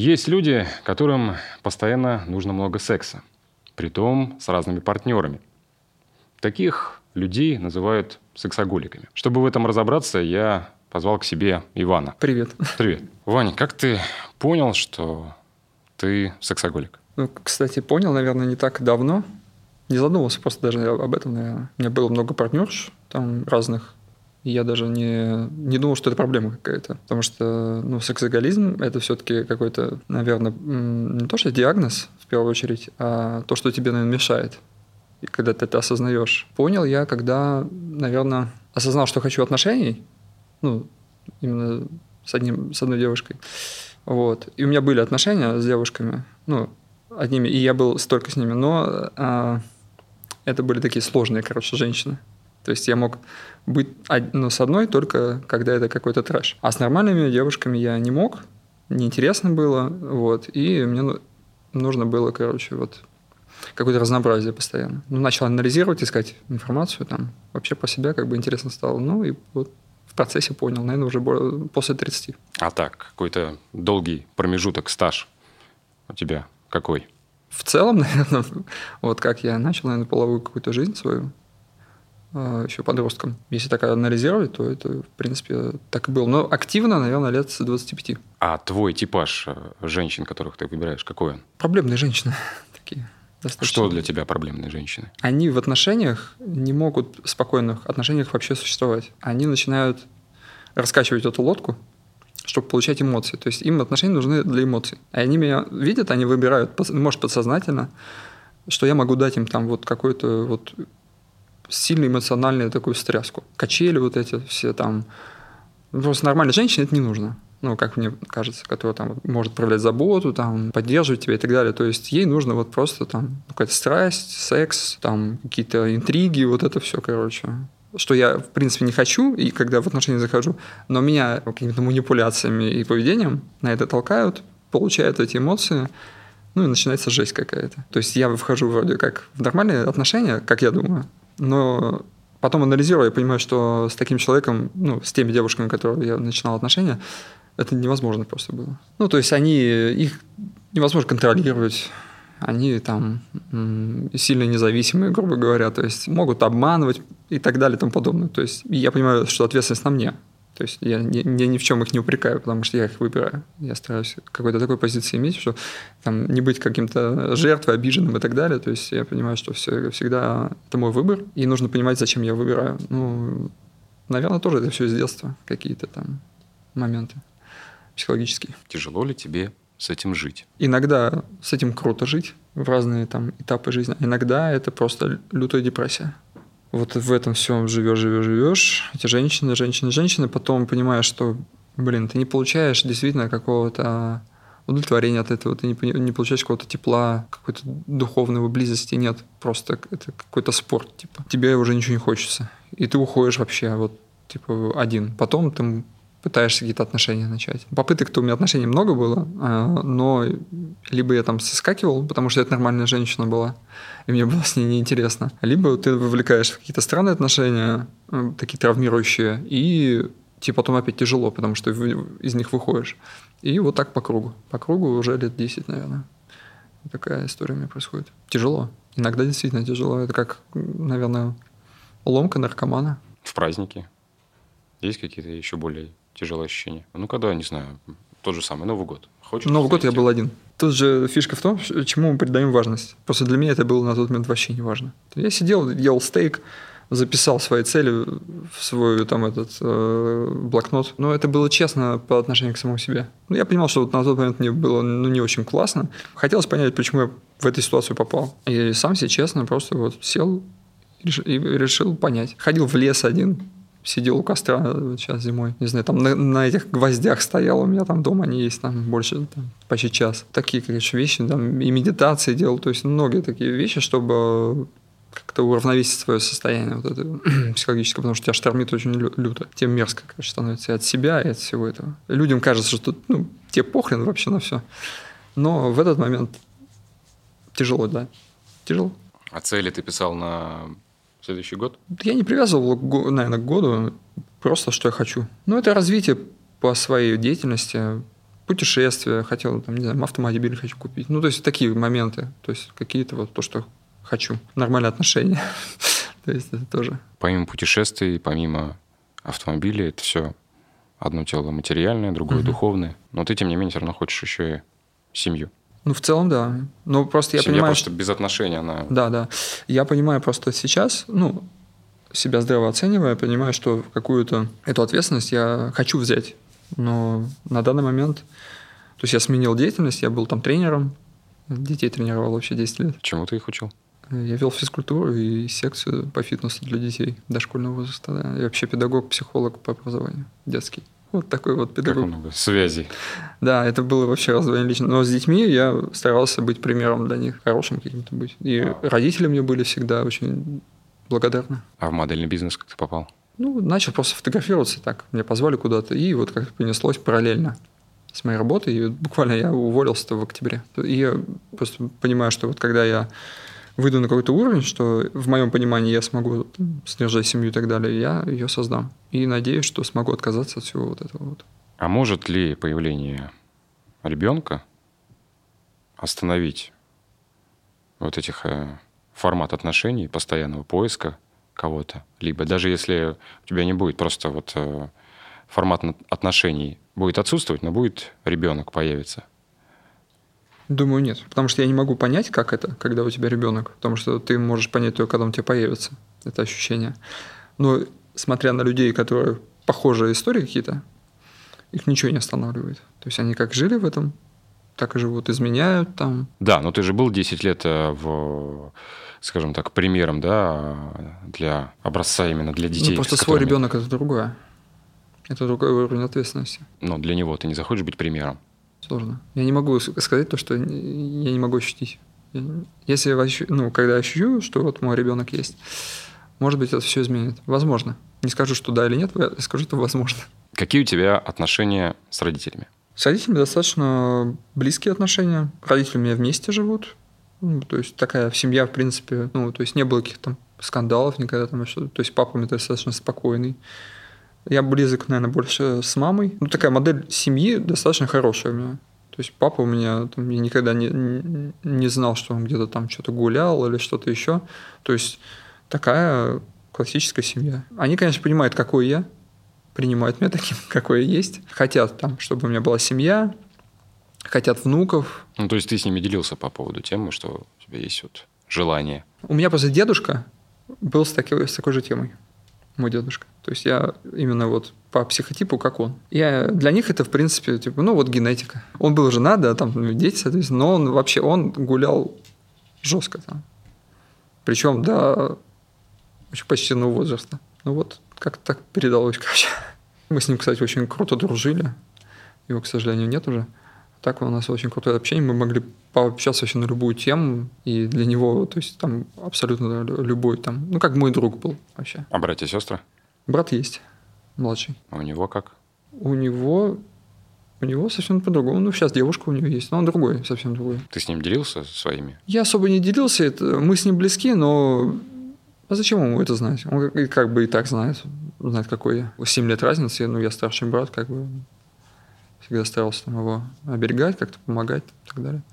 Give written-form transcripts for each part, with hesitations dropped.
Есть люди, которым постоянно нужно много секса, притом с разными партнерами. Таких людей называют сексоголиками. Чтобы в этом разобраться, я позвал к себе Ивана. Привет. Привет. Вань, как ты понял, что ты сексоголик? Ну, кстати, понял, наверное, не так давно. Не задумывался просто даже об этом, наверное. У меня было много партнерш там разных. И я даже не думал, что это проблема какая-то. Потому что сексоголизм – это все-таки какой-то, наверное, не то что диагноз, в первую очередь, а то, что тебе, наверное, мешает. И когда ты это осознаешь. Понял я, когда, наверное, осознал, что хочу отношений, именно с одной девушкой. Вот. И у меня были отношения с девушками, одними, и я был столько с ними, но это были такие сложные, женщины. То есть я мог быть с одной только когда это какой-то трэш. А с нормальными девушками я не мог, неинтересно было, вот, и мне нужно было, какое-то разнообразие постоянно. Начал анализировать, искать информацию, вообще по себе интересно стало. И вот в процессе понял, наверное, уже после 30. А так, какой-то долгий промежуток, стаж у тебя какой? В целом, наверное, вот как я начал, наверное, половую какую-то жизнь свою, еще подростком. Если так анализировать, то это, в принципе, так и было. Но активно, наверное, лет с 25. А твой типаж женщин, которых ты выбираешь, какой он? Проблемные женщины такие. Достаточно. Что для тебя проблемные женщины? Они в отношениях не могут в спокойных отношениях вообще существовать. Они начинают раскачивать эту лодку, чтобы получать эмоции. То есть им отношения нужны для эмоций. И они меня видят, они выбирают, может, подсознательно, что я могу дать им какой-то сильную эмоциональную такую встряску. Качели эти все там. Просто нормальной женщине это не нужно. Как мне кажется, которая может проявлять заботу, поддерживать тебя и так далее. То есть ей нужно просто какая-то страсть, секс, какие-то интриги, это все, Что я, в принципе, не хочу, и когда в отношения захожу, но меня какими-то манипуляциями и поведением на это толкают, получают эти эмоции, и начинается жесть какая-то. То есть я вхожу вроде как в нормальные отношения, как я думаю, но потом анализирую, я понимаю, что с таким человеком, с теми девушками, которые я начинал отношения, это невозможно просто было. То есть их невозможно контролировать, они сильно независимые, грубо говоря, то есть могут обманывать и так далее и тому подобное. То есть я понимаю, что ответственность на мне. То есть я ни в чем их не упрекаю, потому что я их выбираю. Я стараюсь какой-то такой позиции иметь, что не быть каким-то жертвой, обиженным и так далее. То есть я понимаю, что всегда это мой выбор, и нужно понимать, зачем я выбираю. Наверное, тоже это все из детства, какие-то моменты психологические. Тяжело ли тебе с этим жить? Иногда с этим круто жить в разные этапы жизни. Иногда это просто лютая депрессия. В этом всем живешь. Эти женщины. Потом понимаешь, что, ты не получаешь действительно какого-то удовлетворения от этого. Ты не получаешь какого-то тепла, какой-то духовного близости. Нет. Просто это какой-то спорт. Тебе уже ничего не хочется. И ты уходишь вообще один. Потом ты пытаешься какие-то отношения начать. Попыток-то у меня отношений много было, но либо я соскакивал, потому что это нормальная женщина была, и мне было с ней неинтересно, либо ты вовлекаешь в какие-то странные отношения, такие травмирующие, и тебе потом опять тяжело, потому что из них выходишь. И так по кругу. По кругу уже лет 10, наверное. Такая история у меня происходит. Тяжело. Иногда действительно тяжело. Это как, наверное, ломка наркомана. В праздники есть какие-то еще более тяжелые ощущения? Когда, не знаю, тот же самый Новый год. Хочешь Новый год я был один. Тут же фишка в том, чему мы придаем важность. Просто для меня это было на тот момент вообще не важно. Я сидел, ел стейк, записал свои цели в свой блокнот. Но это было честно по отношению к самому себе. Я понимал, что на тот момент мне было не очень классно. Хотелось понять, почему я в эту ситуацию попал. И сам себе честно просто сел и решил понять. Ходил в лес один. Сидел у костра сейчас зимой. Не знаю, на этих гвоздях стоял. У меня дома они есть, больше, почти час. Такие, вещи, и медитации делал. То есть многие такие вещи, чтобы как-то уравновесить свое состояние психологическое, потому что тебя штормит очень люто. Тем мерзко, становится и от себя, и от всего этого. Людям кажется, что тебе похрен вообще на все. Но в этот момент тяжело, да. Тяжело. А цели ты писал на следующий год? Я не привязывал, наверное, к году, просто что я хочу. Это развитие по своей деятельности, путешествия, хотел, там, не знаю, автомобиль хочу купить. Ну, то есть такие моменты, то есть какие-то вот то, что хочу. Нормальные отношения. То есть это тоже. Помимо путешествий, помимо автомобиля, это все одно тело материальное, другое духовное. Но ты, тем не менее, все равно хочешь еще и семью. Ну, в целом, да. Но просто я Семья понимаю, просто без отношений, она... Да. Я понимаю просто сейчас, себя здраво оценивая, понимаю, что какую-то эту ответственность я хочу взять. Но на данный момент... То есть я сменил деятельность, я был там тренером, детей тренировал вообще 10 лет. Чему ты их учил? Я вел физкультуру и секцию по фитнесу для детей дошкольного возраста. Да. Я вообще педагог, психолог по образованию, детский. Вот такой вот педагог. Как много связей. Да, это было вообще раздвоение лично. Но с детьми я старался быть примером для них, хорошим каким-то быть. И родители мне были всегда очень благодарны. А в модельный бизнес как ты попал? Начал просто фотографироваться так. Меня позвали куда-то, и вот как-то понеслось параллельно с моей работой. И буквально я уволился в октябре. И я просто понимаю, что вот когда я выйду на какой-то уровень, что в моем понимании я смогу содержать семью и так далее, я ее создам. И надеюсь, что смогу отказаться от всего вот этого вот. А может ли появление ребенка остановить вот этих формат отношений, постоянного поиска кого-то? Либо даже если у тебя не будет просто вот формат отношений будет отсутствовать, но будет ребенок появится. Думаю, нет. Потому что я не могу понять, как это, когда у тебя ребенок. Потому что ты можешь понять только, когда он у тебя появится. Это ощущение. Но смотря на людей, которые похожие истории какие-то, их ничего не останавливает. То есть они как жили в этом, так и живут, изменяют там. Да, но ты же был 10 лет скажем так, примером, да, для образца именно для детей. Просто свой ребенок это другое. Это другой уровень ответственности. Но для него ты не захочешь быть примером. Сложно. Я не могу сказать то, что я не могу ощутить. Если я когда ощущу, что вот мой ребенок есть, может быть, это все изменит. Возможно. Не скажу, что да или нет, я скажу, что возможно. Какие у тебя отношения с родителями? С родителями достаточно близкие отношения. Родители у меня вместе живут. То есть такая семья, в принципе, то есть не было каких-то там скандалов никогда там что-то. То есть папа у меня достаточно спокойный. Я близок, наверное, больше с мамой. Такая модель семьи достаточно хорошая у меня. То есть папа у меня, я никогда не знал, что он где-то там что-то гулял или что-то еще. То есть такая классическая семья. Они, конечно, понимают, какой я, принимают меня таким, какой я есть. Хотят там, чтобы у меня была семья, хотят внуков. То есть ты с ними делился по поводу темы, что у тебя есть вот желание? У меня просто дедушка был с такой же темой. Мой дедушка. То есть я именно вот по психотипу, как он. Для них это, в принципе, генетика. Он был женат, да, там дети, соответственно, но он гулял жестко там. Причем до очень почтенного возраста. Как-то так передалось, короче. Мы с ним, кстати, очень круто дружили. Его, к сожалению, нет уже. Так у нас очень крутое общение. Мы могли пообщаться вообще на любую тему. И для него, то есть там абсолютно любой там, как мой друг был вообще. А братья и сестры? Брат есть, младший. А у него как? У него совсем по-другому. Сейчас девушка у него есть, но он другой, совсем другой. Ты с ним делился своими? Я особо не делился. Мы с ним близки, но а зачем ему это знать? Он как бы и так знает. Знает, какой я. 7 лет разницы, я старший брат, как бы всегда старался его оберегать, как-то помогать и так далее.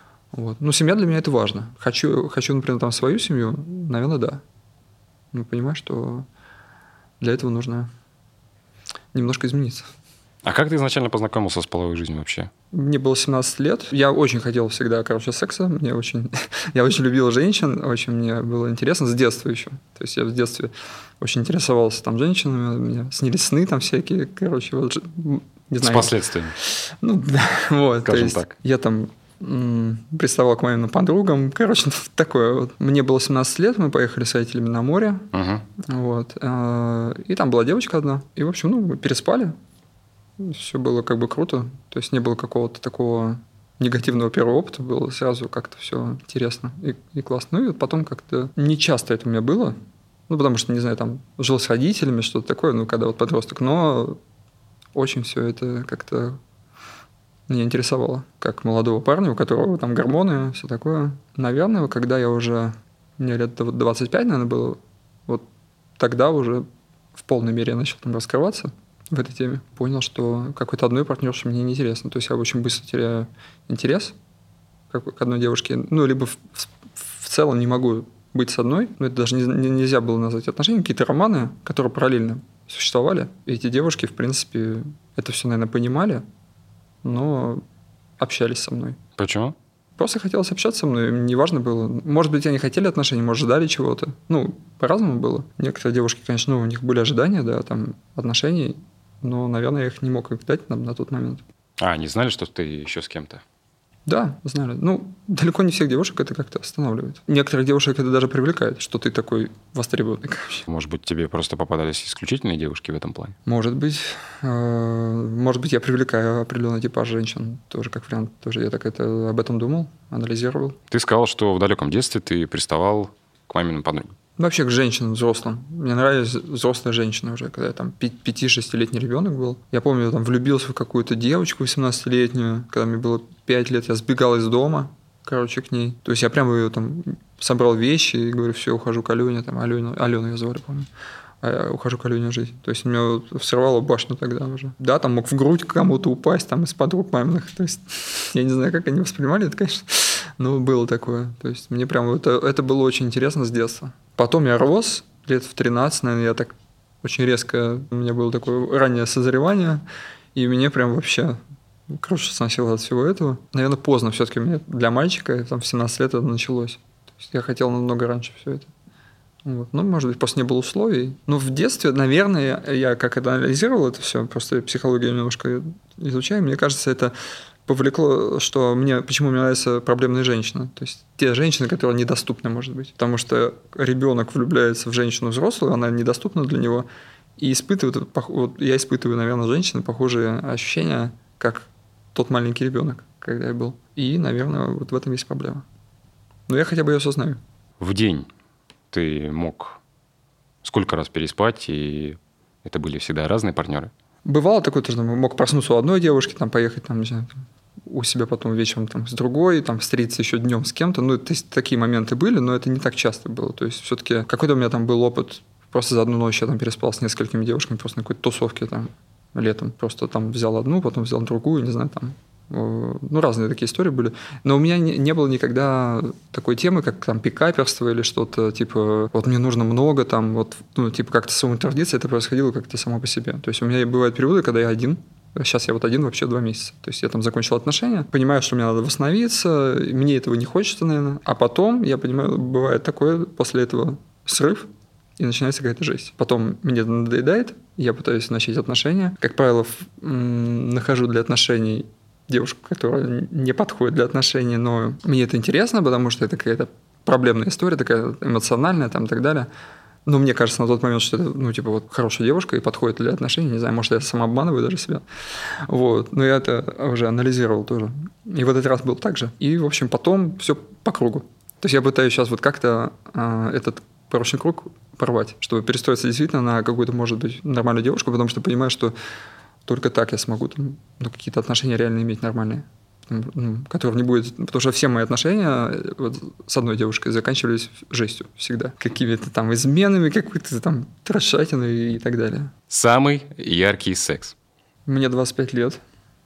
Семья для меня это важно. Хочу, например, там свою семью, наверное, да. Но понимаю, что для этого нужно немножко измениться. А как ты изначально познакомился с половой жизнью вообще? Мне было 17 лет. Я очень хотел всегда, секса. Я очень любил женщин, очень мне было интересно с детства еще. То есть я в детстве очень интересовался там женщинами, мне снились сны там всякие, не знаю. С последствиями. То есть так. Я там приставал к моим подругам. Такое. Мне было 17 лет, мы поехали с родителями на море. И там была девочка одна. И, в общем, мы переспали. Все было как бы круто. То есть не было какого-то такого негативного первого опыта. Было сразу как-то все интересно и классно. И потом как-то не часто это у меня было. Потому что, не знаю, там жил с родителями, что-то такое, когда подросток. Но очень все это как-то меня интересовало. Как молодого парня, у которого там гормоны, все такое. Наверное, когда мне лет 25, наверное, было, тогда уже в полной мере я начал там раскрываться. в этой теме. Понял, что какой-то одной партнерши мне неинтересно. То есть я очень быстро теряю интерес к одной девушке. Ну, либо в целом не могу быть с одной. Но это даже нельзя было назвать отношения. Какие-то романы, которые параллельно существовали. И эти девушки, в принципе, это все, наверное, понимали, но общались со мной. Почему? Просто хотелось общаться со мной, им не важно было. Может быть, они хотели отношений, может, ждали чего-то. Ну, по-разному было. Некоторые девушки, конечно, у них были ожидания, да, там, отношений, но, наверное, я их не мог им дать на тот момент. А, они знали, что ты еще с кем-то? Да, знали. Ну, далеко не всех девушек это как-то останавливает. Некоторых девушек это даже привлекает, что ты такой востребованный. Может быть, тебе просто попадались исключительные девушки в этом плане? Может быть. Может быть, я привлекаю определенный типаж женщин. Тоже как вариант. Тоже я так об этом думал, анализировал. Ты сказал, что в далеком детстве ты приставал к маминым подругам. Вообще к женщинам взрослым. Мне нравились взрослые женщины уже, когда я там 5-6-летний ребенок был. Я помню, я там влюбился в какую-то девочку 18-летнюю. Когда мне было 5 лет, я сбегал из дома, короче, к ней. То есть я прямо ее там собрал вещи и говорю, все, ухожу к Алене. Там, Алену ее звали, помню. А я ухожу к Алене жить. То есть меня сорвало башню тогда уже. Да, там мог в грудь кому-то упасть, там из подруг маминых. То есть я не знаю, как они воспринимали это, конечно. Но было такое. То есть мне прям это было очень интересно с детства. Потом я рос, лет в 13, наверное, я так очень резко, у меня было такое раннее созревание, и мне прям вообще крышу сносило от всего этого. Наверное, поздно все-таки мне для мальчика, там в 17 лет это началось. То есть я хотел намного раньше все это. Вот. Ну, может быть, просто не было условий. Но в детстве, наверное, я как это анализировал это все, просто психологию немножко изучаю, мне кажется, это повлекло, что почему мне нравятся проблемные женщины. То есть те женщины, которые недоступны, может быть. Потому что ребенок влюбляется в женщину взрослую, она недоступна для него. И я испытываю, наверное, женщины похожие ощущения, как тот маленький ребенок, когда я был. И, наверное, вот в этом есть проблема. Но я хотя бы ее осознаю. В день ты мог сколько раз переспать, и это были всегда разные партнеры? Бывало такое, тоже мог проснуться у одной девушки, там, поехать там, не знаю, у себя потом вечером там, с другой, там, встретиться еще днем с кем-то. Ну, то есть такие моменты были, но это не так часто было. То есть все-таки какой-то у меня там был опыт. Просто за одну ночь я там переспал с несколькими девушками просто на какой-то тусовке там летом. Просто там взял одну, потом взял другую, не знаю, там. Ну, разные такие истории были. Но у меня не было никогда такой темы, как там пикаперство или что-то, типа, вот мне нужно много, там, вот, ну, типа, как-то самоутвердиться, это происходило как-то само по себе. То есть у меня бывают периоды, когда я один, сейчас я вот один вообще 2 месяца. То есть я там закончил отношения, понимаю, что мне надо восстановиться, мне этого не хочется, наверное. А потом, я понимаю, бывает такое, после этого срыв, и начинается какая-то жесть. Потом мне это надоедает, я пытаюсь начать отношения. Как правило, нахожу для отношений девушку, которая не подходит для отношений, но мне это интересно, потому что это какая-то проблемная история, такая эмоциональная там, и так далее. Но мне кажется на тот момент, что это, ну, типа, вот хорошая девушка и подходит для отношений, не знаю, может, я сам обманываю даже себя. Вот. Но я это уже анализировал тоже. И в этот раз был так же. И, в общем, потом все по кругу. То есть я пытаюсь сейчас вот как-то этот порочный круг порвать, чтобы перестроиться действительно на какую-то, может быть, нормальную девушку, потому что понимаю, что только так я смогу там, какие-то отношения реально иметь нормальные, которых не будет... Потому что все мои отношения вот, с одной девушкой заканчивались жестью всегда. Какими-то там изменами, какой-то там трешатиной и так далее. Самый яркий секс? Мне 25 лет.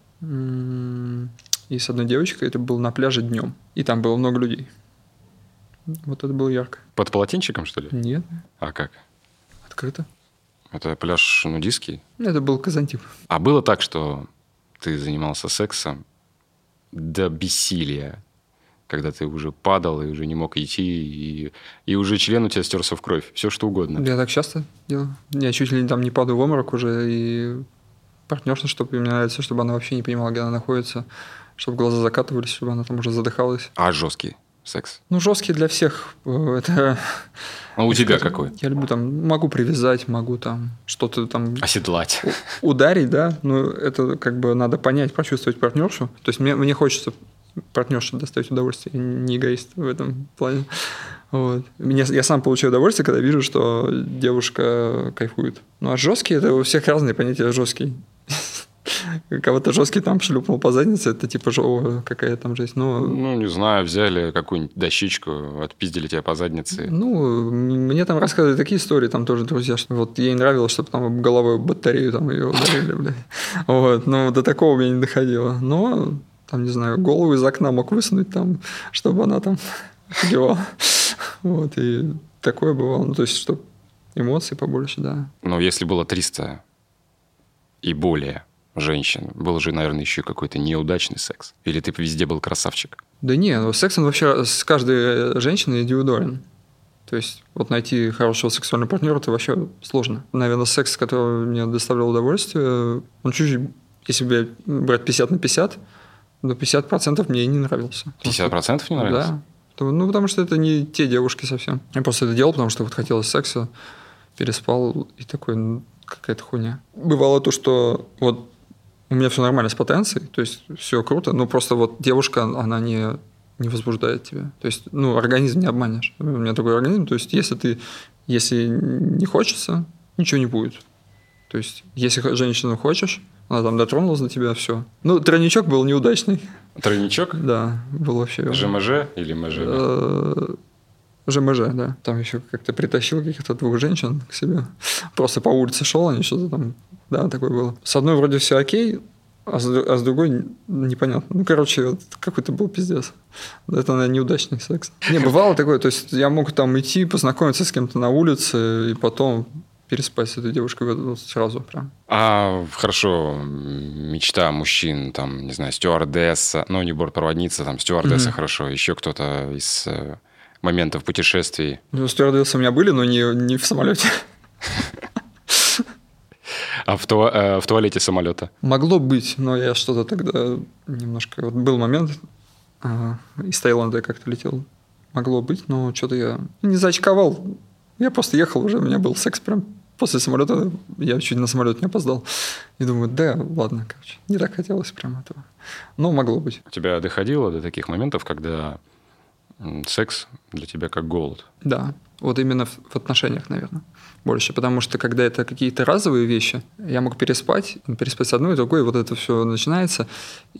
И с одной девочкой это было на пляже днем. И там было много людей. Вот это было ярко. Под полотенчиком, что ли? Нет. А как? Открыто. Это пляж нудистский? Это был Казантип. А было так, что ты занимался сексом до бессилия, когда ты уже падал и уже не мог идти, и уже член у тебя стерся в кровь, все что угодно? Я так часто делаю. Я чуть ли там не падаю в обморок уже, и партнерша, чтобы мне нравится, чтобы она вообще не понимала, где она находится, чтобы глаза закатывались, чтобы она там уже задыхалась. А жесткий секс? Ну, жесткий для всех. Это... А у тебя какой? Я люблю там, могу привязать, могу там что-то там... Оседлать. Ударить, да. Но это как бы надо понять, прочувствовать партнершу. То есть мне хочется партнерше доставить удовольствие. Я не эгоист в этом плане. Вот. Я сам получаю удовольствие, когда вижу, что девушка кайфует. Ну, а жесткий, это у всех разные понятия жесткий. кого-то жесткий там шлюпнул по заднице, это типа какая там жизнь. Но... Ну, не знаю, взяли какую-нибудь дощечку, отпиздили тебя по заднице. Ну, мне там рассказывали такие истории, там тоже друзья, что вот ей нравилось, чтобы там головой батарею там ее ударили, блядь. Вот, но до такого у меня не доходило. Но, там, не знаю, голову из окна мог высунуть там, чтобы она там офигевала. Вот, и такое бывало. Ну, то есть, что эмоций побольше, да. Но если было 300 и более женщин, был же, наверное, еще какой-то неудачный секс? Или ты везде был красавчик? Да не, ну, секс, он вообще с каждой женщиной индивидуален. То есть, вот найти хорошего сексуального партнера, это вообще сложно. Наверное, секс, который мне доставлял удовольствие, он чуть-чуть, если брать 50 на 50, до 50% мне и не нравился. 50% не нравился? Да. Ну, потому что это не те девушки совсем. Я просто это делал, потому что вот хотелось секса, переспал, и такой, ну, какая-то хуйня. Бывало то, что вот у меня все нормально с потенцией, то есть все круто, но просто вот девушка, она не возбуждает тебя. То есть, ну, организм не обманешь. У меня такой организм, то есть если не хочется, ничего не будет. То есть, если женщину хочешь, она там дотронулась до тебя, все. Ну, тройничок был неудачный. Тройничок? Да, был вообще... ЖМЖ или МЖ? ЖМЖ, да. Там еще как-то притащил каких-то 2 женщин к себе. Просто по улице шел, они что-то там... Да, такое было. С одной вроде все окей, а с другой непонятно. Ну, короче, вот какой-то был пиздец. Это, наверное, неудачный секс. Не, бывало такое, то есть я мог там идти, познакомиться с кем-то на улице, и потом переспать с этой девушкой вот сразу прям. А, хорошо, мечта мужчин, там, не знаю, стюардесса, ну, не бортпроводница, там, стюардесса, хорошо, еще кто-то из моментов путешествий. Ну, стюардессы у меня были, но не в самолете. А в туалете самолета? Могло быть, но я что-то тогда немножко... Вот был момент, из Таиланда я как-то летел. Могло быть, но что-то я не зачковал. Я просто ехал уже, у меня был секс прям после самолета. Я чуть на самолет не опоздал. И думаю, да, ладно, короче. Не так хотелось прям этого. Но могло быть. У тебя доходило до таких моментов, когда секс для тебя как голод? Да, вот именно в отношениях, наверное, больше. Потому что когда это какие-то разовые вещи, я мог переспать с одной и другой, вот это все начинается.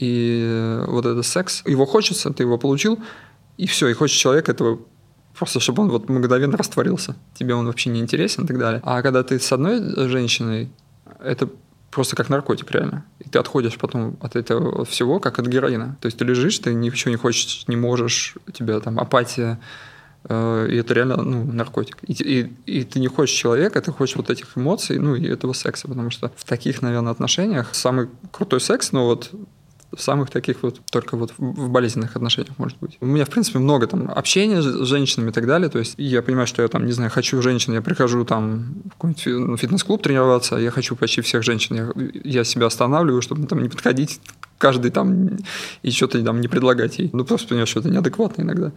И вот этот секс, его хочется, ты его получил, и все, и хочет человек этого просто, чтобы он вот мгновенно растворился. Тебе он вообще не интересен и так далее. А когда ты с одной женщиной, это просто как наркотик реально. И ты отходишь потом от этого всего, как от героина. То есть ты лежишь, ты ничего не хочешь, не можешь, у тебя там апатия, и это реально, ну, наркотик. И ты не хочешь человека, ты хочешь вот этих эмоций, ну, и этого секса, потому что в таких, наверное, отношениях самый крутой секс, ну, вот в самых таких вот, только вот в болезненных отношениях, может быть. У меня, в принципе, много там общения с женщинами и так далее, то есть я понимаю, что я там, не знаю, хочу женщин, я прихожу там в какой-нибудь фитнес-клуб тренироваться, я хочу почти всех женщин, я себя останавливаю, чтобы там не подходить каждый там и что-то там не предлагать ей. Ну, просто понимаю, что это неадекватно иногда.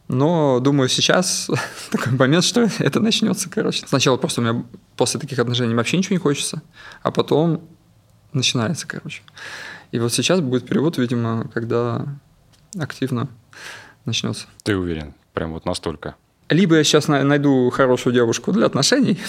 Но, думаю, сейчас такой момент, что это начнется, короче. Сначала просто у меня после таких отношений вообще ничего не хочется, а потом начинается, короче. И вот сейчас будет перевод, видимо, когда активно начнется. Ты уверен? Прям вот настолько? Либо я сейчас найду хорошую девушку для отношений,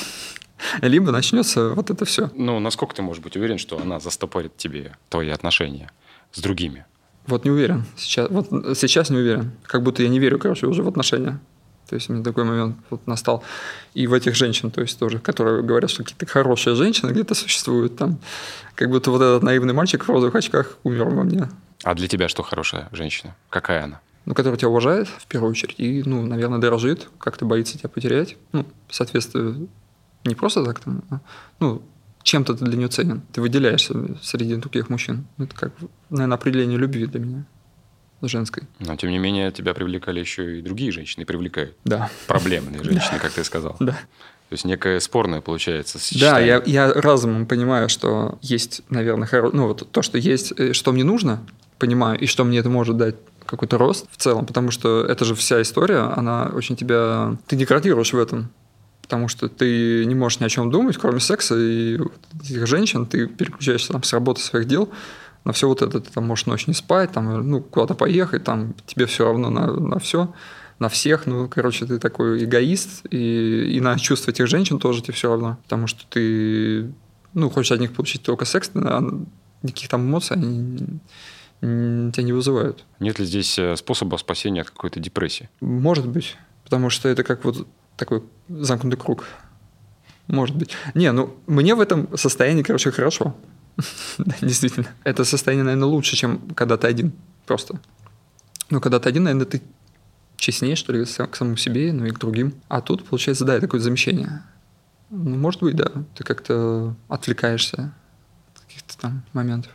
либо начнется вот это все. Ну, насколько ты можешь быть уверен, что она застопорит тебе твои отношения с другими? Вот не уверен. Сейчас не уверен. Как будто я не верю, короче, уже в отношения. То есть у меня такой момент вот настал. И в этих женщин, то есть тоже, которые говорят, что какие-то хорошие женщины где-то существуют там. Как будто вот этот наивный мальчик в розовых очках умер во мне. А для тебя что хорошая женщина? Какая она? Ну, которая тебя уважает, в первую очередь, и, ну, наверное, дорожит, как-то боится тебя потерять. Ну, соответственно, не просто так там, ну, чем-то ты для нее ценен. Ты выделяешься среди других мужчин. Это как, наверное, определение любви для меня. Женской. Но, тем не менее, тебя привлекали еще и другие женщины, и привлекают. Да. Проблемные женщины, как ты сказал. Да. То есть некое спорное получается сочетание. Да, я разумом понимаю, что есть, наверное, ну вот то, что есть, что мне нужно, понимаю, и что мне это может дать какой-то рост в целом, потому что это же вся история, она очень тебя... Ты деградируешь в этом, потому что ты не можешь ни о чем думать, кроме секса и этих женщин, ты переключаешься там с работы своих дел на все вот это, ты там можешь ночь не спать, там, ну, куда-то поехать, там, тебе все равно на все, на всех, ну, короче, ты такой эгоист, и на чувства этих женщин тоже тебе все равно, потому что ты, ну, хочешь от них получить только секс, никаких там эмоций они тебя не вызывают. Нет ли здесь способа спасения от какой-то депрессии? Может быть, потому что это как вот такой замкнутый круг. Может быть. Не, ну, мне в этом состоянии, короче, хорошо. Да, действительно. Это состояние, наверное, лучше, чем когда ты один просто. Ну, когда ты один, наверное, ты честнее, что ли, к самому себе, ну и к другим. А тут, получается, да, такое замещение. Ну, может быть, да, ты как-то отвлекаешься от каких-то там моментов.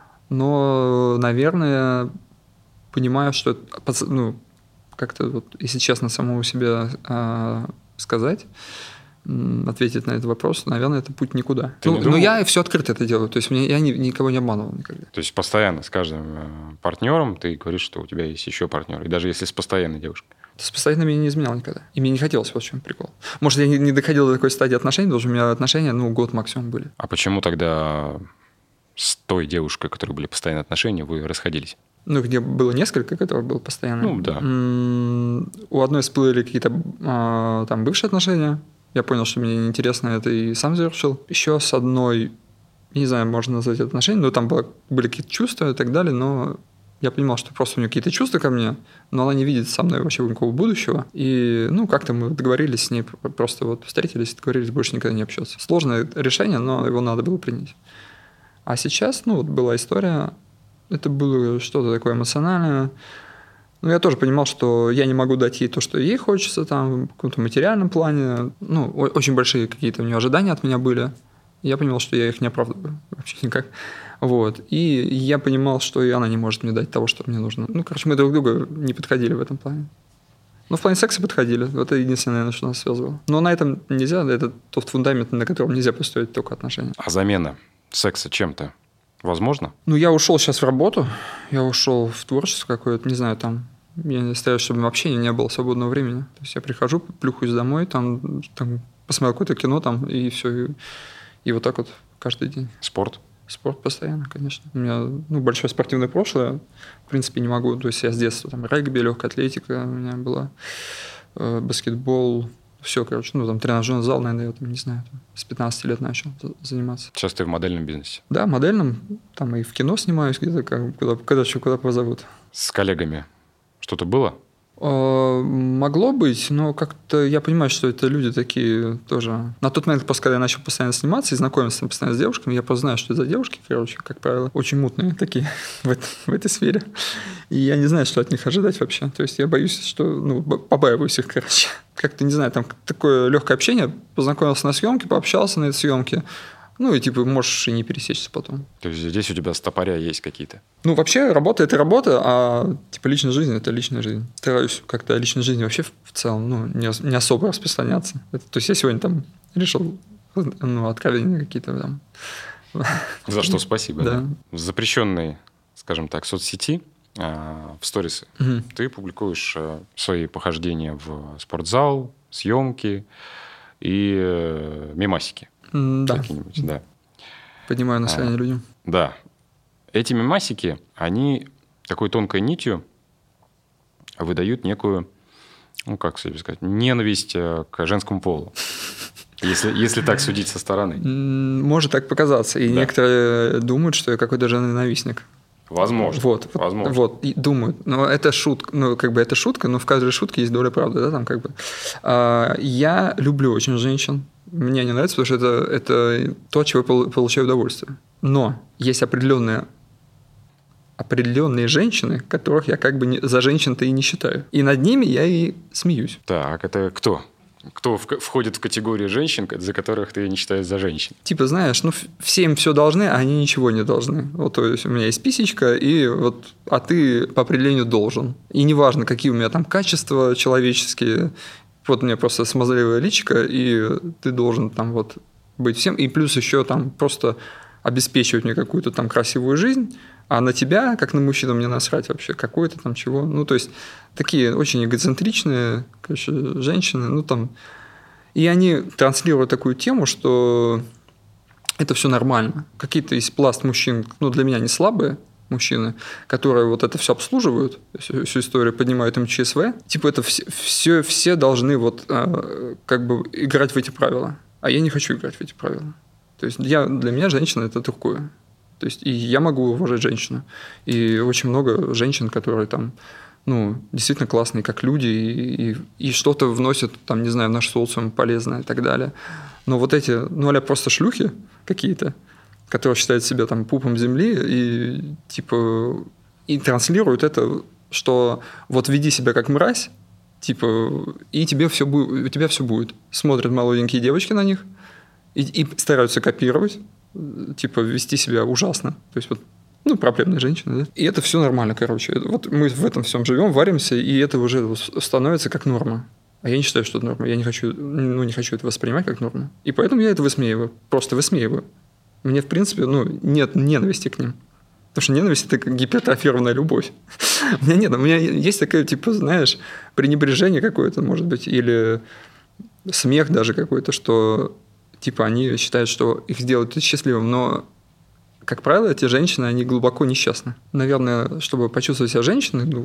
Но, наверное, понимаю, что ну, как-то вот, если честно, самому себе сказать, ответить на этот вопрос, наверное, это путь никуда. Но я все открыто это делаю, то есть я никого не обманывал никогда. То есть постоянно с каждым партнером ты говоришь, что у тебя есть еще партнер, и даже если с постоянной девушкой. С постоянными я не изменял никогда. И мне не хотелось, вот в чем прикол. Может, я не доходил до такой стадии отношений, потому что у меня отношения, год максимум были. А почему тогда с той девушкой, у которой были постоянные отношения, вы расходились? Ну, где было несколько, которых было постоянно. Ну, да. У одной всплыли какие-то там бывшие отношения. Я понял, что мне неинтересно это, и сам завершил. Еще с одной, не знаю, можно назвать это отношения, но там были какие-то чувства и так далее, но я понимал, что просто у нее какие-то чувства ко мне, но она не видит со мной вообще никакого будущего. И, как-то мы договорились с ней, просто вот встретились, договорились больше никогда не общаться. Сложное решение, но его надо было принять. А сейчас, была история, это было что-то такое эмоциональное. Но я тоже понимал, что я не могу дать ей то, что ей хочется, там, в каком-то материальном плане. Очень большие какие-то у нее ожидания от меня были. Я понимал, что я их не оправдываю вообще никак. Вот. И я понимал, что и она не может мне дать того, что мне нужно. Мы друг друга не подходили в этом плане. В плане секса подходили. Это единственное, наверное, что нас связывало. Но на этом нельзя. Это тот фундамент, на котором нельзя построить только отношения. А замена секса чем-то возможно? Я ушел сейчас в работу. Я ушел в творчество какое-то. Не знаю, там... Я стараюсь, чтобы вообще не было свободного времени. То есть я прихожу, плюхаюсь домой, там посмотрел какое-то кино, там, и все. И вот так вот каждый день. Спорт? Спорт постоянно, конечно. У меня большое спортивное прошлое. В принципе, не могу. То есть я с детства там регби, легкая атлетика у меня была, баскетбол. Все, тренажерный зал, наверное, я не знаю, с 15 лет начал заниматься. Сейчас ты в модельном бизнесе? Да, модельном. Там и в кино снимаюсь где-то, куда позовут. С коллегами что-то было? Могло быть, но как-то я понимаю, что это люди такие тоже. На тот момент, после когда я начал постоянно сниматься и знакомиться постоянно с девушками, я просто знаю, что это за девушки, как правило, очень мутные такие в этой сфере. И я не знаю, что от них ожидать вообще. То есть я боюсь, что, побаиваюсь их, Как-то, не знаю, там такое легкое общение, познакомился на съемке, пообщался на этой съемке. И можешь и не пересечься потом. То есть здесь у тебя стопоря есть какие-то? Вообще работа – это работа, а личная жизнь – это личная жизнь. Стараюсь как-то о личной жизни вообще в целом не особо распространяться. То есть я сегодня там решил откровения какие-то там. За что спасибо. Да. В запрещенной, скажем так, соцсети в сторисы ты публикуешь свои похождения в спортзал, съемки и мемасики. Да. Какие-нибудь, да. Поднимаю настроение людям. Да. Эти мемасики, они такой тонкой нитью выдают некую, как себе сказать, ненависть к женскому полу. Если так судить со стороны. Может так показаться. И некоторые думают, что я какой-то женоненавистник. Возможно. Возможно. И думают. Но это шутка. Это шутка, но в каждой шутке есть доля правды. Да, я люблю очень женщин. Мне не нравится, потому что это то, от чего я получаю удовольствие. Но есть определенные женщины, которых я за женщин-то и не считаю. И над ними я и смеюсь. Так, это кто? Кто входит в категорию женщин, за которых ты не считаешь за женщин? Знаешь, всем все должны, а они ничего не должны. То есть у меня есть писечка, а ты по определению должен. И неважно, какие у меня там качества человеческие. У меня просто смазливое личико, и ты должен быть всем. И плюс еще просто обеспечивать мне какую-то красивую жизнь, а на тебя, как на мужчину, мне насрать вообще, какой-то чего. То есть такие очень эгоцентричные, женщины, И они транслируют такую тему, что это все нормально. Какие-то есть пласт мужчин, для меня не слабые мужчины, которые это все обслуживают, всю историю, поднимают МЧСВ. Это все должны играть в эти правила. А я не хочу играть в эти правила. То есть для меня женщина – это другое. То есть и я могу уважать женщину. И очень много женщин, которые там, действительно классные как люди и что-то вносят, там, не знаю, в наш социум полезное и так далее. Но вот эти, а-ля просто шлюхи какие-то, которые считают себя там пупом земли и типа и транслируют это, что вот веди себя как мразь, типа, и тебе все будет, у тебя все будет. Смотрят молоденькие девочки на них и стараются копировать, типа вести себя ужасно. То есть вот проблемные женщины, да? И это все нормально, короче. Вот мы в этом всем живем, варимся, и это уже становится как норма. А я не считаю, что это норма. Я не хочу это воспринимать как норму. И поэтому я это высмеиваю. Просто высмеиваю. Мне, в принципе, нет ненависти к ним. Потому что ненависть – это как гипертрофированная любовь. У меня есть такое, типа, знаешь, пренебрежение какое-то, может быть, или смех даже какой-то, что, типа, они считают, что их сделают счастливым, но, как правило, эти женщины, они глубоко несчастны. Наверное, чтобы почувствовать себя женщиной,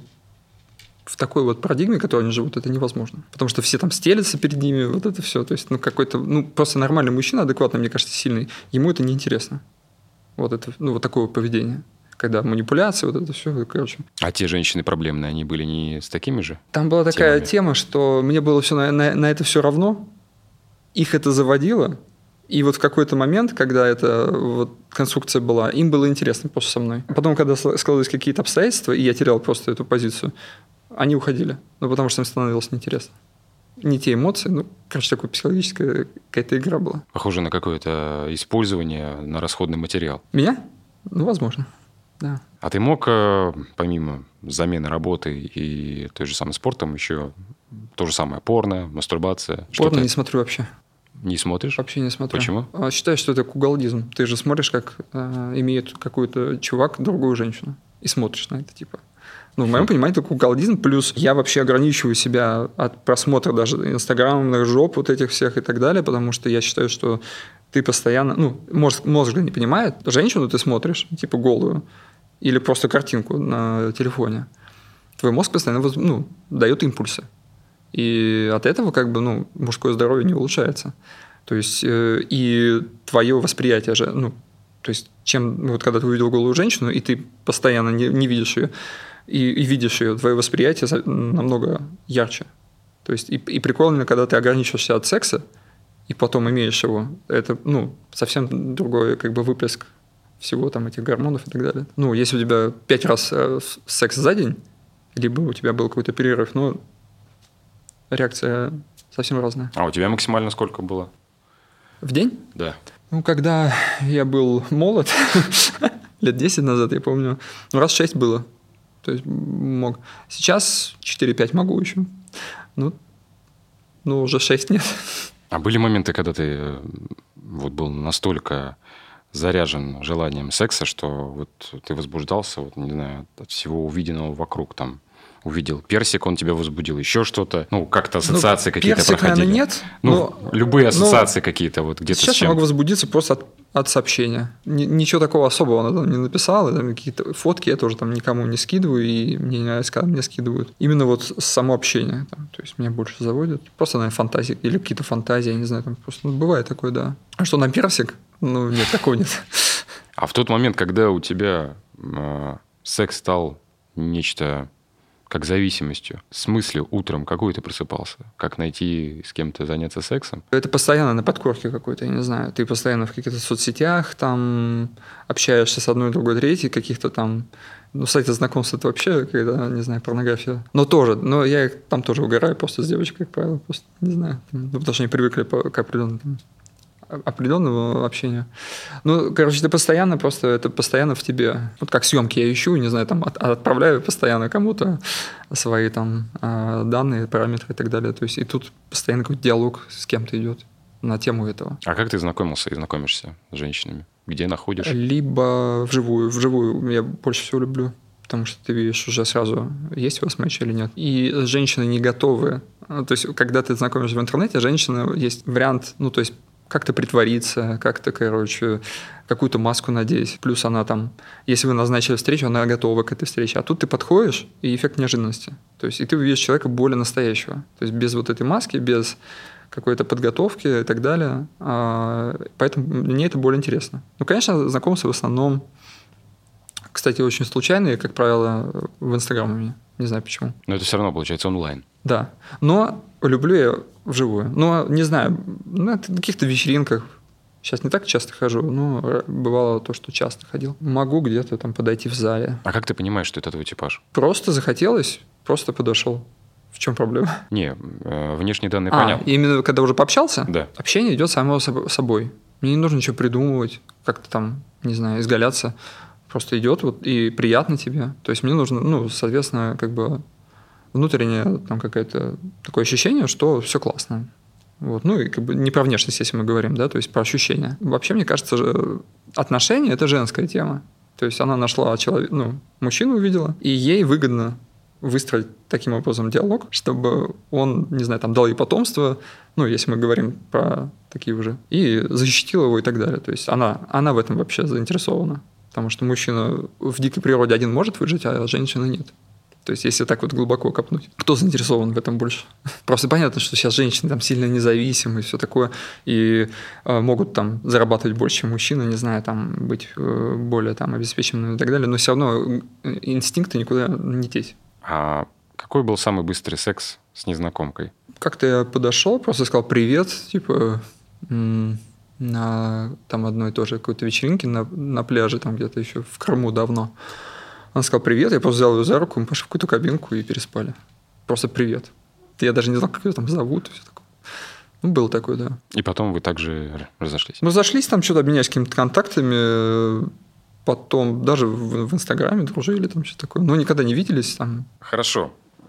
в такой вот парадигме, в которой они живут, это невозможно. Потому что все там стелятся перед ними, вот это все. То есть, какой-то, просто нормальный мужчина, адекватный, мне кажется, сильный, ему это неинтересно. Вот это, вот такое поведение. Когда манипуляции, вот это все, короче. А те женщины проблемные, они были не с такими же? Там была такая тема, что мне было все на это все равно, их это заводило, и вот в какой-то момент, когда эта вот конструкция была, им было интересно просто со мной. Потом, когда складывались какие-то обстоятельства, и я терял просто эту позицию, они уходили, потому что им становилось неинтересно. Не те эмоции, такая психологическая какая-то игра была. Похоже на какое-то использование на расходный материал. Меня? Возможно, да. А ты мог, помимо замены работы и той же самой спортом, еще то же самое порно, мастурбация? Порно не смотрю вообще. Не смотришь? Вообще не смотрю. Почему? Считаю, что это куголдизм. Ты же смотришь, как имеет какой-то чувак другую женщину. И смотришь на это, типа. В моем понимании это куголдизм. Плюс я вообще ограничиваю себя от просмотра даже инстаграмных жоп вот этих всех и так далее, потому что я считаю, что ты постоянно... мозг не понимает. Женщину ты смотришь, типа голую, или просто картинку на телефоне. Твой мозг постоянно дает импульсы. И от этого мужское здоровье не улучшается. То есть и твое восприятие же... то есть чем... когда ты увидел голую женщину, и ты постоянно не видишь ее, и видишь ее, твое восприятие намного ярче. То есть и прикол именно, когда ты ограничиваешься от секса, и потом имеешь его, это совсем другой выплеск всего там этих гормонов и так далее. Если у тебя 5 раз секс за день, либо у тебя был какой-то перерыв, реакция совсем разная. А у тебя максимально сколько было? В день? Да. Когда я был молод, лет 10 назад, я помню, раз 6 было. То есть мог. Сейчас 4-5 могу еще. Уже 6 нет. А были моменты, когда ты был настолько заряжен желанием секса, что ты возбуждался, не знаю, от всего увиденного вокруг, там, увидел персик, он тебя возбудил, еще что-то, как-то ассоциации какие-то персик, проходили. Наверное, нет. Любые ассоциации какие-то где-то сейчас с чем. Я могу возбудиться просто от сообщения. Ничего такого особого она там не написала, какие-то фотки я тоже там никому не скидываю, и мне не нравится, когда мне скидывают. Именно само общение, то есть меня больше заводит. Просто, наверное, фантазии, или какие-то фантазии, я не знаю, там просто бывает такое, да. А что, на персик? Нет, такого нет. А в тот момент, когда у тебя секс стал нечто как зависимостью, с мыслью утром какой ты просыпался? Как найти с кем-то заняться сексом? Это постоянно на подкорке какой-то, я не знаю. Ты постоянно в каких-то соцсетях, там общаешься с одной, другой, третьей, каких-то там... сайты знакомств это вообще, когда, не знаю, порнография. Но я там тоже угораю просто с девочкой, как правило. Просто, не знаю, потому что они привыкли к определенному общению. Это постоянно в тебе. Как съемки я ищу, не знаю, там отправляю постоянно кому-то свои там данные, параметры и так далее. То есть и тут постоянно какой-то диалог с кем-то идет на тему этого. А как ты знакомился и знакомишься с женщинами? Где находишь? Либо вживую. Вживую я больше всего люблю. Потому что ты видишь уже сразу, есть у вас матч или нет. И женщины не готовы. То есть, когда ты знакомишься в интернете, женщина есть вариант, то есть как-то притвориться, как-то, какую-то маску надеть. Плюс она там, если вы назначили встречу, она готова к этой встрече. А тут ты подходишь, и эффект неожиданности. То есть и ты увидишь человека более настоящего. То есть без вот этой маски, без какой-то подготовки и так далее. Поэтому мне это более интересно. Конечно, знакомство в основном Кстати, очень случайные, как правило, в Инстаграм у меня. Не знаю почему. Но это все равно получается онлайн. Да. Но люблю я вживую. Но, не знаю, на каких-то вечеринках. Сейчас не так часто хожу, но бывало то, что часто ходил. Могу где-то там подойти в зале. А как ты понимаешь, что это твой типаж? Просто захотелось, просто подошел. В чем проблема? Не, внешние данные понятны. Именно когда уже пообщался? Да. Общение идет само собой. Мне не нужно ничего придумывать, как-то там, не знаю, изгаляться. Просто идет вот, и приятно тебе. То есть мне нужно, ну, соответственно, как бы внутреннее там какое-то такое ощущение, что все классно. Вот. Ну и как бы не про внешность, если мы говорим, да, то есть про ощущения. Вообще, мне кажется, отношения – это женская тема. То есть она нашла человека, ну, мужчину увидела, и ей выгодно выстроить таким образом диалог, чтобы он, не знаю, там дал ей потомство, ну, если мы говорим про такие уже, и защитил его и так далее. То есть она в этом вообще заинтересована. Потому что мужчина в дикой природе один может выжить, а женщина нет. То есть, если так вот глубоко копнуть. Кто заинтересован в этом больше? Просто понятно, что сейчас женщины там сильно независимы и все такое, и могут там зарабатывать больше, чем мужчина, не знаю, там быть более там обеспеченными и так далее, но все равно инстинкты никуда не деть. А какой был самый быстрый секс с незнакомкой? Как-то я подошел, просто сказал привет, типа на там одной тоже какой-то вечеринке на пляже, там где-то еще в Крыму давно. Он сказал привет, я просто взял ее за руку, мы пошли в какую-то кабинку и переспали. Просто привет. Я даже не знал, как ее там зовут. Все такое. Ну, был такой, да. И потом вы также разошлись? Мы зашлись, там что-то обменялись какими-то контактами, потом даже в Инстаграме дружили, там что-то такое. Но никогда не виделись там. Хорошо.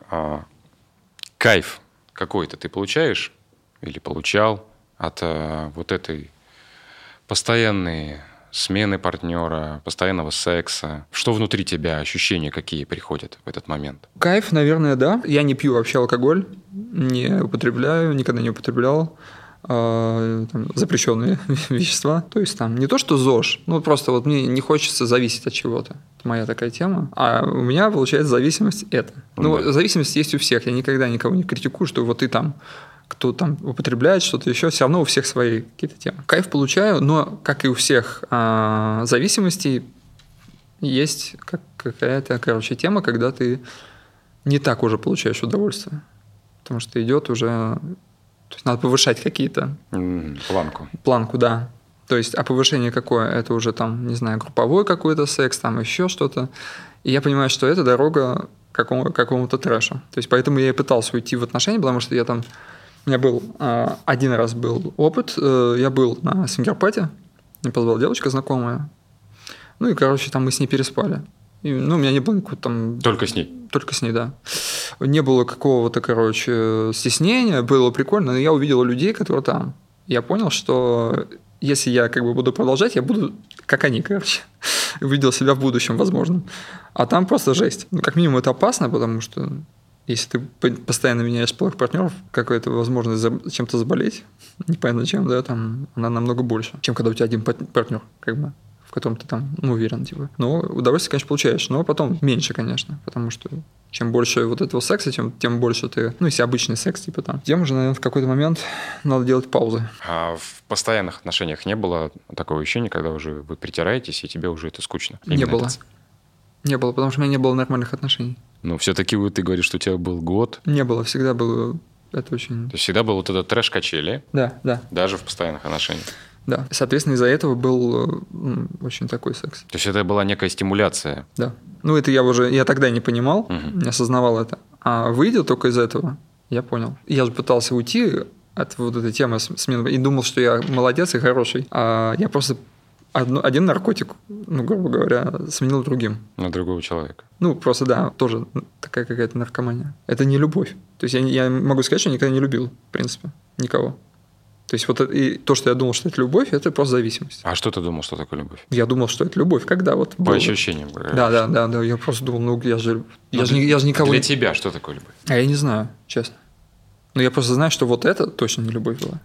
Кайф какой-то ты получаешь или получал от вот этой постоянной смены партнера, постоянного секса? Что внутри тебя, ощущения какие приходят в этот момент? Кайф, наверное, да. Я не пью вообще алкоголь, не употребляю, никогда не употреблял там, запрещенные вещества. То есть там не то, что ЗОЖ, ну просто вот мне не хочется зависеть от чего-то. Это моя такая тема. А у меня, получается, зависимость это. Ну, да. Зависимость есть у всех. Я никогда никого не критикую, что вот ты там кто там употребляет что-то еще, все равно у всех свои какие-то темы. Кайф получаю, но, как и у всех зависимостей, есть какая-то, короче, тема, когда ты не так уже получаешь удовольствие. Потому что идет уже... То есть надо повышать какие-то... Планку. Планку, да. То есть, а повышение какое? Это уже там, не знаю, групповой какой-то секс, там еще что-то. И я понимаю, что это дорога к какому-то трэшу. То есть, поэтому я и пытался уйти в отношения, потому что я там... У меня был один раз был опыт. Я был на свингер-пати. Мне позвала девочка знакомая. Ну и, короче, там мы с ней переспали. И, ну, у меня не было какого-то там... Только с ней? Только с ней, да. Не было какого-то, короче, стеснения. Было прикольно. Но я увидел людей, которые там. Я понял, что если я как бы буду продолжать, я буду как они, короче. Увидел себя в будущем, возможно. А там просто жесть. Ну, как минимум, это опасно, потому что... Если ты постоянно меняешь половых партнеров, какая-то возможность чем-то заболеть, непонятно чем, да, там она намного больше, чем когда у тебя один партнер, как бы, в котором ты там, ну, уверен, типа. Но удовольствие, конечно, получаешь, но потом меньше, конечно, потому что чем больше вот этого секса, тем больше ты, ну, если обычный секс, типа там, тем уже, наверное, в какой-то момент надо делать паузы. А в постоянных отношениях не было такого ощущения, когда уже вы притираетесь, и тебе уже это скучно? Не было. Не было, потому что у меня не было нормальных отношений. Ну, все-таки ты говоришь, что у тебя был год. Не было, всегда было это очень... То есть всегда был вот этот трэш-качели? Да, да. Даже в постоянных отношениях? Да. Соответственно, из-за этого был очень такой секс. То есть это была некая стимуляция? Да. Ну, это я тогда не понимал, не осознавал это. А выйдя только из этого, я понял. Я же пытался уйти от вот этой темы смены и думал, что я молодец и хороший. А я просто... один наркотик, ну, грубо говоря, сменил другим. На другого человека. Ну, просто, да, тоже такая какая-то наркомания. Это не любовь. То есть я могу сказать, что я никогда не любил, в принципе, никого. То есть вот и то, что я думал, что это любовь, это просто зависимость. А что ты думал, что такое любовь? Я думал, что это любовь. Когда вот... По ощущениям. Да. Я просто думал, ну, я же никого... Для тебя что такое любовь? А я не знаю, честно. Но я просто знаю, что вот это точно не любовь была.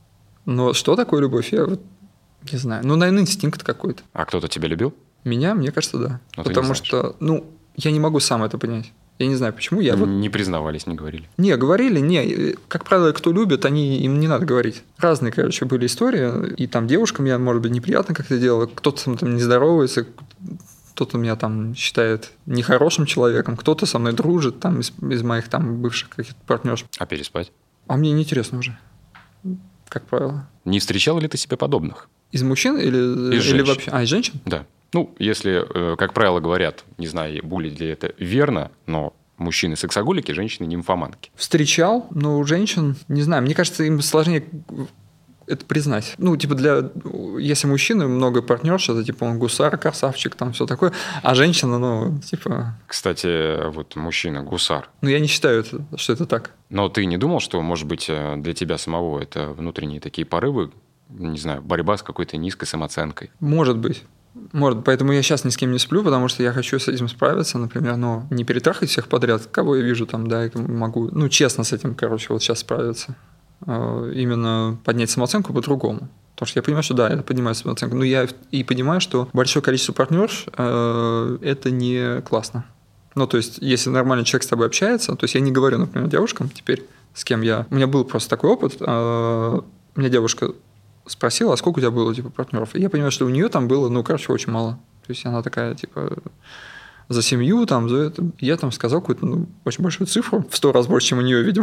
Но что такое любовь, я вот... Не знаю. Ну, наверное, инстинкт какой-то. А кто-то тебя любил? Меня, мне кажется, да. Но потому что, ну, я не могу сам это понять. Я не знаю, почему. Не признавались, не говорили? Не, говорили. Как правило, кто любит, им не надо говорить. Разные, короче, были истории. И там девушкам я, может быть, неприятно как-то делал. Кто-то там не здоровается, кто-то меня там считает нехорошим человеком, кто-то со мной дружит там из моих там бывших каких-то партнеров. А переспать? А мне неинтересно уже, как правило. Не встречал ли ты себе подобных? Из мужчин или вообще? Из женщин? Да. Ну, если, как правило, говорят, не знаю, будет ли это верно, но мужчины сексоголики, женщины нимфоманки. Встречал, но у женщин, не знаю, мне кажется, им сложнее это признать. Ну, типа, если мужчины много партнерш, это типа он гусар, красавчик, там все такое, а женщина, ну, типа... Кстати, вот мужчина гусар. Ну, я не считаю, что это так. Но ты не думал, что, может быть, для тебя самого это внутренние такие порывы, не знаю, борьба с какой-то низкой самооценкой? Может быть. Поэтому я сейчас ни с кем не сплю, потому что я хочу с этим справиться, например, но не перетрахать всех подряд, кого я вижу там, да, и могу, ну, честно с этим, короче, вот сейчас справиться. Именно поднять самооценку по-другому. Потому что я понимаю, что да, это поднимает самооценку, но я и понимаю, что большое количество партнерш это не классно. Ну, то есть, если нормальный человек с тобой общается, то есть я не говорю, например, девушкам теперь, с кем я... У меня был просто такой опыт, меня девушка спросила, а сколько у тебя было, типа, партнеров? И я понимаю, что у нее там было, ну, короче, очень мало. То есть она такая, типа, за семью, там, за это. Я там сказал какую-то, ну, очень большую цифру, в 100 раз больше, чем у нее, видимо.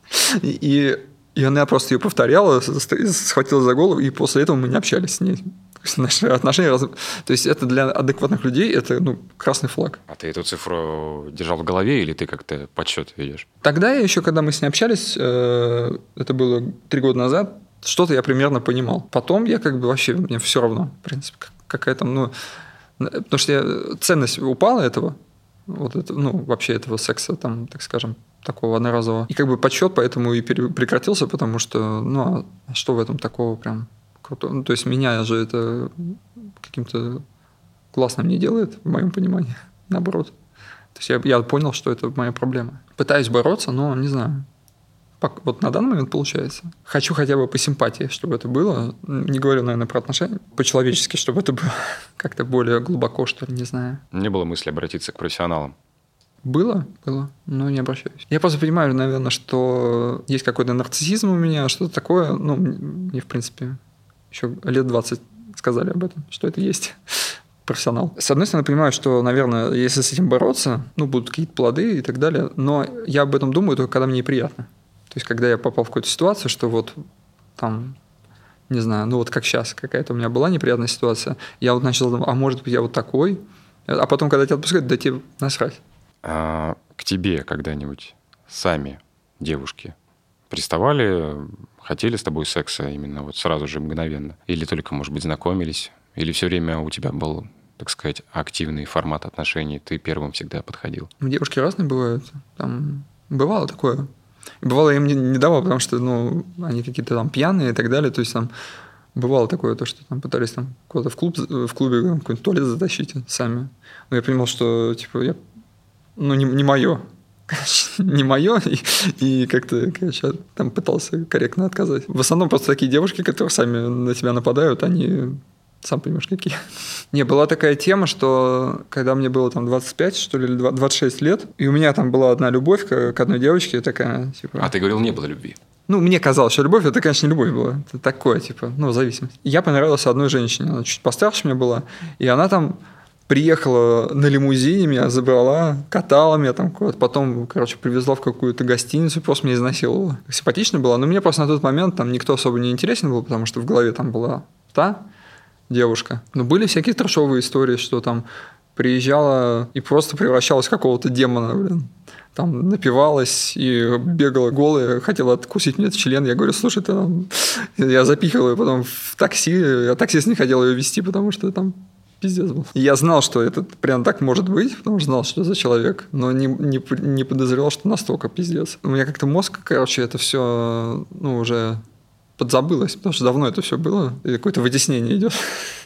И она просто ее повторяла, схватила за голову, и после этого мы не общались с ней. То есть наши отношения... То есть это для адекватных людей это, ну, красный флаг. А ты эту цифру держал в голове или ты как-то подсчет ведешь? Тогда еще, когда мы с ней общались, это было 3 года назад, что-то я примерно понимал. Потом я как бы вообще, мне все равно, в принципе, какая-то, ну... Потому что ценность упала этого, вот это, ну, вообще этого секса, там, так скажем, такого одноразового. И как бы подсчет поэтому и прекратился, потому что, ну, а что в этом такого прям крутого? Ну, то есть меня же это каким-то классным не делает, в моем понимании, наоборот. То есть я понял, что это моя проблема. Пытаюсь бороться, но не знаю. Вот на данный момент получается. Хочу хотя бы по симпатии, чтобы это было. Не говорю, наверное, про отношения. По-человечески, чтобы это было как-то более глубоко, что ли, не знаю. Не было мысли обратиться к профессионалам? Было, но не обращаюсь. Я просто понимаю, наверное, что есть какой-то нарциссизм у меня, что-то такое. Ну, мне, в принципе, еще лет 20 сказали об этом, что это есть профессионал. С одной стороны, понимаю, что, наверное, если с этим бороться, ну, будут какие-то плоды и так далее, но я об этом думаю только когда мне неприятно. То есть, когда я попал в какую-то ситуацию, что вот там, не знаю, ну вот как сейчас, какая-то у меня была неприятная ситуация, я вот начал думать, а может быть, я вот такой? А потом, когда тебя отпускают, да тебе насрать. А к тебе когда-нибудь сами девушки приставали, хотели с тобой секса именно вот сразу же, мгновенно? Или только, может быть, знакомились? Или все время у тебя был, так сказать, активный формат отношений, ты первым всегда подходил? Девушки разные бывают. Там бывало такое. Бывало, я им не давал, потому что, ну, они какие-то там пьяные и так далее. То есть там бывало такое, то, что там пытались там куда-то в клубе какой-нибудь туалет затащить сами. Но я понимал, что, типа, ну, не мое. Не мое. И как-то, короче, там пытался корректно отказать. В основном просто такие девушки, которые сами на тебя нападают, они... Сам понимаешь, какие. Не, была такая тема, что когда мне было там 25, что ли, или 26 лет, и у меня там была одна любовь к одной девочке, такая, типа... А ты говорил, не было любви? Ну, мне казалось, что любовь, это, конечно, не любовь была. Это такое, типа, ну, зависимость. Я понравился одной женщине, она чуть постарше меня была, и она там приехала на лимузине, меня забрала, катала меня там куда-то, потом, короче, привезла в какую-то гостиницу, просто меня изнасиловала. Симпатичная была, но мне просто на тот момент там никто особо не интересен был, потому что в голове там была та девушка. Но были всякие трэшовые истории, что там приезжала и просто превращалась в какого-то демона, блин. Там напивалась и бегала голая, хотела откусить мне этот член. Я говорю, слушай, ты там... Я запихивал ее потом в такси, а таксист не хотел ее везти, потому что там пиздец был. И я знал, что это прям так может быть, потому что знал, что за человек, но не подозревал, что настолько пиздец. У меня как-то мозг, короче, это все, ну, уже... подзабылось, потому что давно это все было, и какое-то вытеснение идет,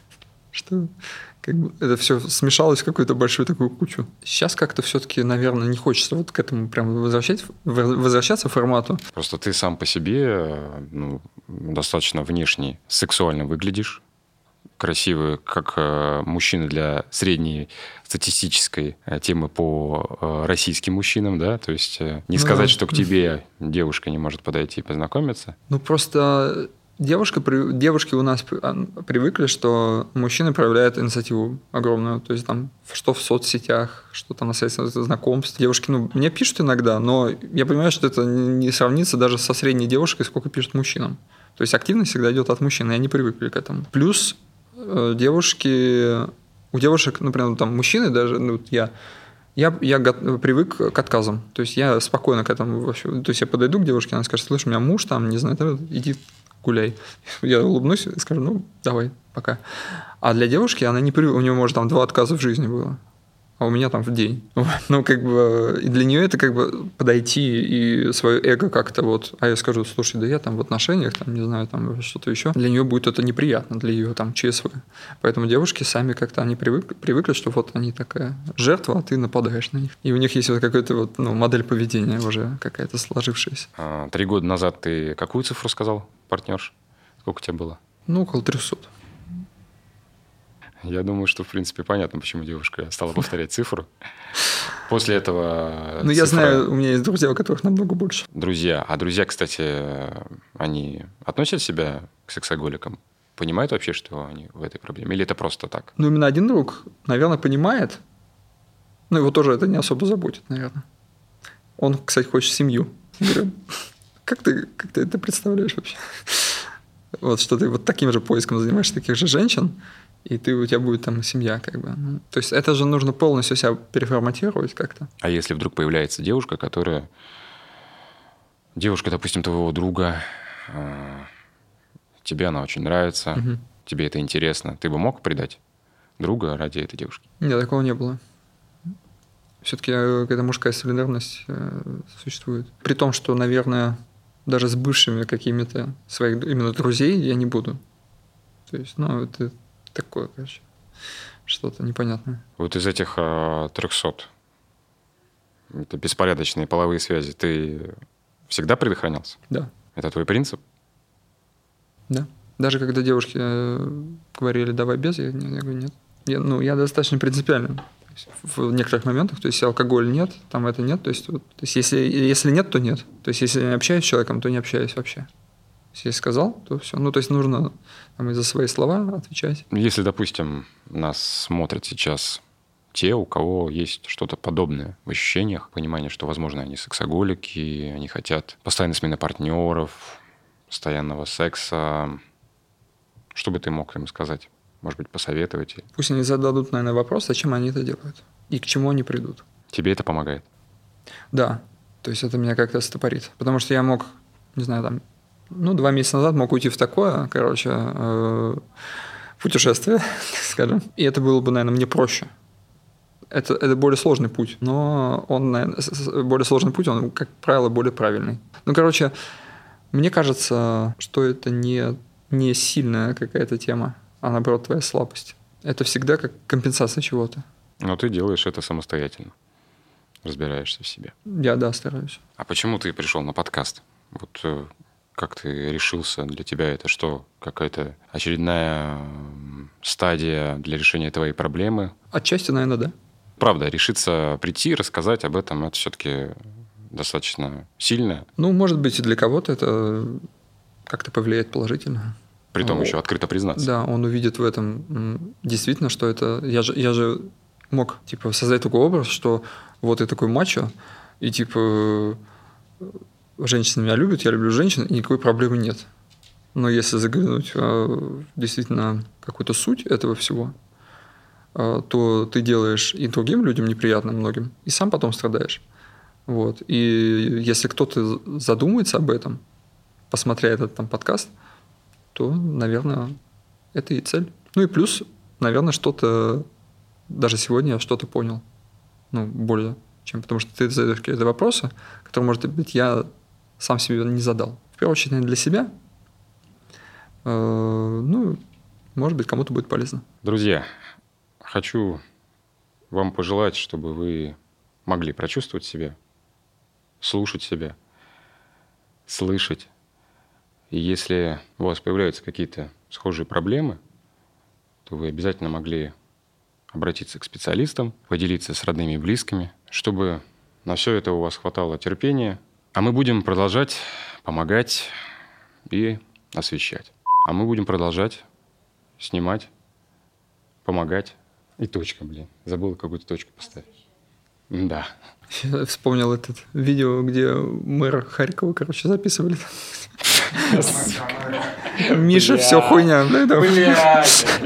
что как бы это все смешалось в какую-то большую такую кучу. Сейчас как-то все-таки, наверное, не хочется вот к этому прям возвращаться формату. Просто ты сам по себе, ну, достаточно внешне сексуально выглядишь, красивый, как мужчина для средней статистической темы по российским мужчинам, да? То есть не сказать, что к тебе девушка не может подойти и познакомиться. Ну, просто Девушки у нас привыкли, что мужчины проявляют инициативу огромную. То есть там что в соцсетях, что там на средствах знакомств. Девушки, мне пишут иногда, но я понимаю, что это не сравнится даже со средней девушкой, сколько пишут мужчинам. То есть активность всегда идет от мужчин, и они привыкли к этому. Плюс у девушек, например, там мужчины даже, я привык к отказам. То есть я спокойно к этому вообще. То есть я подойду к девушке, она скажет: слышь, у меня муж там, не знаю, иди гуляй. Я улыбнусь и скажу: давай, пока. А для девушки она не привыкла, у нее, может, там 2 отказа в жизни было. А у меня там в день. И для нее это подойти и свое эго как-то а я скажу: слушай, да я там в отношениях, там, не знаю, там что-то еще. Для нее будет это неприятно, для ее там ЧСВ. Поэтому девушки сами как-то они привыкли, что они такая жертва, а ты нападаешь на них. И у них есть какая-то модель поведения уже какая-то сложившаяся. 3 года назад ты какую цифру сказал, партнерш? Сколько у тебя было? Около 300. Я думаю, что, в принципе, понятно, почему девушка стала повторять цифру. После этого... я знаю, у меня есть друзья, у которых намного больше. Друзья. А друзья, кстати, они относят себя к сексоголикам? Понимают вообще, что они в этой проблеме? Или это просто так? Именно один друг, наверное, понимает. Его тоже это не особо заботит, наверное. Он, кстати, хочет семью. Я говорю: как ты это представляешь вообще? Что ты таким же поиском занимаешься таких же женщин, и у тебя будет там семья, То есть это же нужно полностью себя переформатировать как-то. А если вдруг появляется девушка, допустим, твоего друга, тебе она очень нравится, тебе это интересно, ты бы мог предать друга ради этой девушки? Нет, такого не было. Все-таки какая-то мужская солидарность существует. При том, что, наверное, даже с бывшими какими-то своих именно друзей я не буду. То есть, это такое, что-то непонятное. Вот из этих 300, это беспорядочные половые связи, ты всегда предохранялся? Да. Это твой принцип? Да. Даже когда девушки говорили: давай без, я говорю: нет. Я достаточно принципиальный. В некоторых моментах, то есть алкоголь нет, там это нет, то есть если нет, то нет. То есть если я не общаюсь с человеком, то не общаюсь вообще. Если сказал, то все. То есть нужно и за свои слова отвечать. Если, допустим, нас смотрят сейчас те, у кого есть что-то подобное в ощущениях, понимание, что, возможно, они сексоголики, они хотят постоянной смены партнеров, постоянного секса, что бы ты мог им сказать? Может быть, посоветовать? Пусть они зададут, наверное, вопрос, зачем они это делают и к чему они придут. Тебе это помогает? Да. То есть это меня как-то стопорит. Потому что я мог, не знаю, 2 месяца назад мог уйти в такое, путешествие, скажем. И это было бы, наверное, мне проще. Это более сложный путь. Но более сложный путь, он, как правило, более правильный. Мне кажется, что это не сильная какая-то тема, а наоборот твоя слабость. Это всегда как компенсация чего-то. Но ты делаешь это самостоятельно. Разбираешься в себе. Я, стараюсь. А почему ты пришел на подкаст? Как ты решился? Для тебя это что? Какая-то очередная стадия для решения твоей проблемы? Отчасти, наверное, да. Правда, решиться прийти, рассказать об этом, это все-таки достаточно сильно. Может быть, и для кого-то это как-то повлияет положительно. Притом еще открыто признаться. Да, он увидит в этом действительно, что это... Я же мог создать такой образ, что вот я такой мачо, и женщины меня любят, я люблю женщин, и никакой проблемы нет. Но если заглянуть в действительно какую-то суть этого всего, то ты делаешь и другим людям неприятно, многим, и сам потом страдаешь. И если кто-то задумается об этом, посмотря этот подкаст, то, наверное, это и цель. И плюс, наверное, что-то... Даже сегодня я что-то понял. Более чем... Потому что ты задаешь какие-то вопросы, которые, может быть, я сам себе не задал. В первую очередь, наверное, для себя. Может быть, кому-то будет полезно. Друзья, хочу вам пожелать, чтобы вы могли прочувствовать себя, слушать себя, слышать. И если у вас появляются какие-то схожие проблемы, то вы обязательно могли обратиться к специалистам, поделиться с родными и близкими, чтобы на все это у вас хватало терпения. А мы будем продолжать помогать и освещать. А мы будем продолжать снимать, помогать. И точка, блин. Забыл какую-то точку поставить. Да. Я вспомнил это видео, где мэра Харькова, записывали. Миша, все хуйня. Блядь.